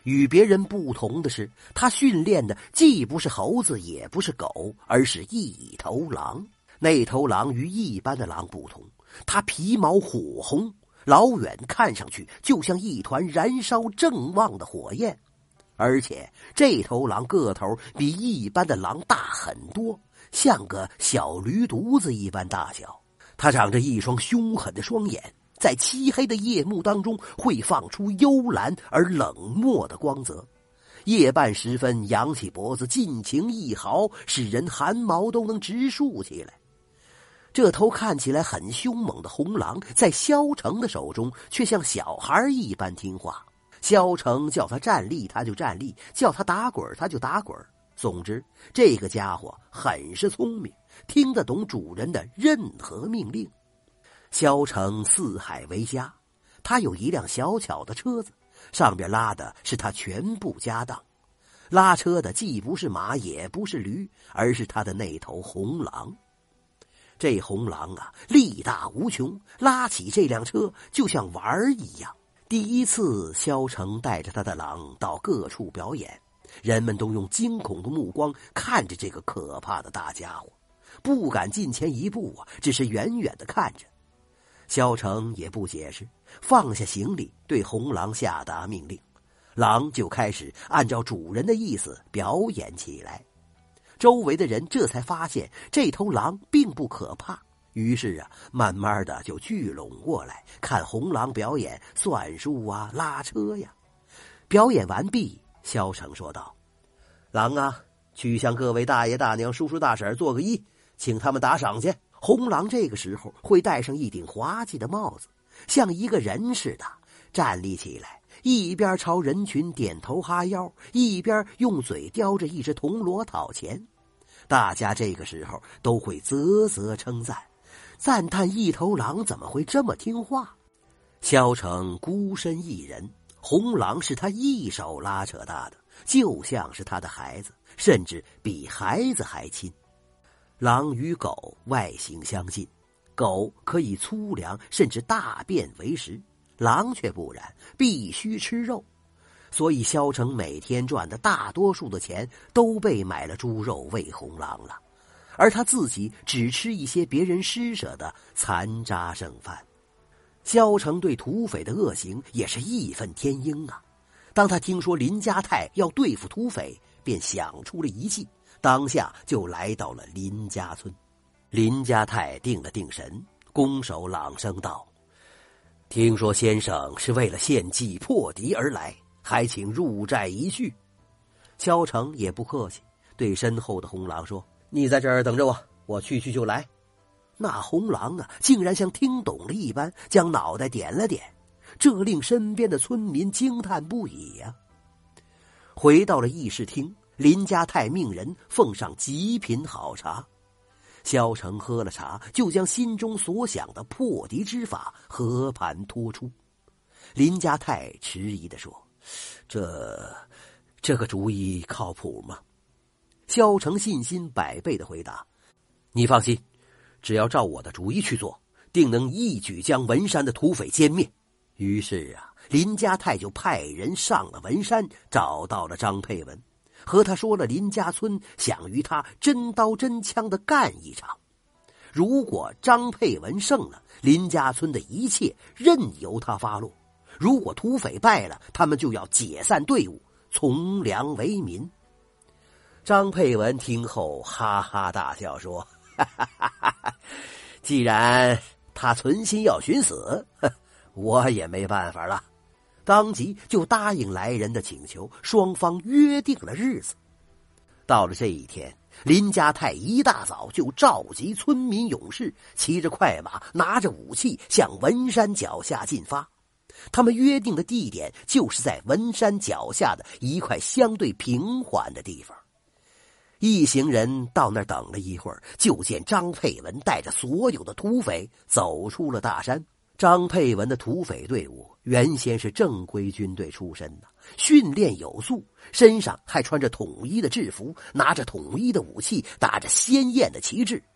与别人不同的是，他训练的既不是猴子也不是狗，而是一头狼。那头狼与一般的狼不同，它皮毛火红，老远看上去就像一团燃烧正旺的火焰。而且这头狼个头比一般的狼大很多，像个小驴犊子一般大小。它长着一双凶狠的双眼，在漆黑的夜幕当中会放出幽蓝而冷漠的光泽。夜半时分扬起脖子尽情一嚎，使人汗毛都能直竖起来。这头看起来很凶猛的红狼在萧成的手中却像小孩一般听话，萧成叫他站立他就站立，叫他打滚他就打滚。总之这个家伙很是聪明，听得懂主人的任何命令。萧成四海为家，他有一辆小巧的车子，上边拉的是他全部家当。拉车的既不是马也不是驴，而是他的那头红狼。这红狼啊，力大无穷，拉起这辆车就像玩儿一样。第一次萧成带着他的狼到各处表演，人们都用惊恐的目光看着这个可怕的大家伙，不敢近前一步啊，只是远远地看着。萧成也不解释，放下行李，对红狼下达命令，狼就开始按照主人的意思表演起来。周围的人这才发现这头狼并不可怕，于是啊，慢慢的就聚拢过来看红狼表演算术啊、拉车呀。表演完毕，萧成说道：“狼啊，去向各位大爷大娘、叔叔大婶做个揖，请他们打赏去。”红狼这个时候会戴上一顶滑稽的帽子，像一个人似的站立起来，一边朝人群点头哈腰，一边用嘴叼着一只铜锣讨钱。大家这个时候都会啧啧称赞，赞叹一头狼怎么会这么听话。萧成孤身一人，红狼是他一手拉扯大的，就像是他的孩子，甚至比孩子还亲。狼与狗外形相近，狗可以粗粮甚至大便为食，狼却不然，必须吃肉。所以萧成每天赚的大多数的钱都被买了猪肉喂红狼了，而他自己只吃一些别人施舍的残渣剩饭。萧成对土匪的恶行也是义愤填膺啊！当他听说林家泰要对付土匪，便想出了一计，当下就来到了林家村。林家泰定了定神，拱手朗声道：“听说先生是为了献计破敌而来，还请入寨一叙。”萧成也不客气，对身后的红狼说：“你在这儿等着我，我去就来。”那红狼啊，竟然像听懂了一般，将脑袋点了点，这令身边的村民惊叹不已呀。回到了议事厅，林家泰命人奉上极品好茶。萧成喝了茶，就将心中所想的破敌之法和盘托出。林家泰迟疑地说：“这个主意靠谱吗？”萧成信心百倍地回答：“你放心，只要照我的主意去做，定能一举将文山的土匪歼灭。”于是啊，林家泰就派人上了文山，找到了张佩文，和他说了林家村想与他真刀真枪的干一场。如果张佩文胜了，林家村的一切任由他发落；如果土匪败了，他们就要解散队伍，从良为民。张佩文听后哈哈大笑说：“哈哈哈哈，既然他存心要寻死，我也没办法了。”当即就答应来人的请求，双方约定了日子。到了这一天，林家泰一大早就召集村民勇士，骑着快马，拿着武器，向文山脚下进发。他们约定的地点就是在文山脚下的一块相对平缓的地方。一行人到那儿等了一会儿，就见张佩文带着所有的土匪走出了大山。张佩文的土匪队伍原先是正规军队出身的，训练有素，身上还穿着统一的制服，拿着统一的武器，打着鲜艳的旗帜。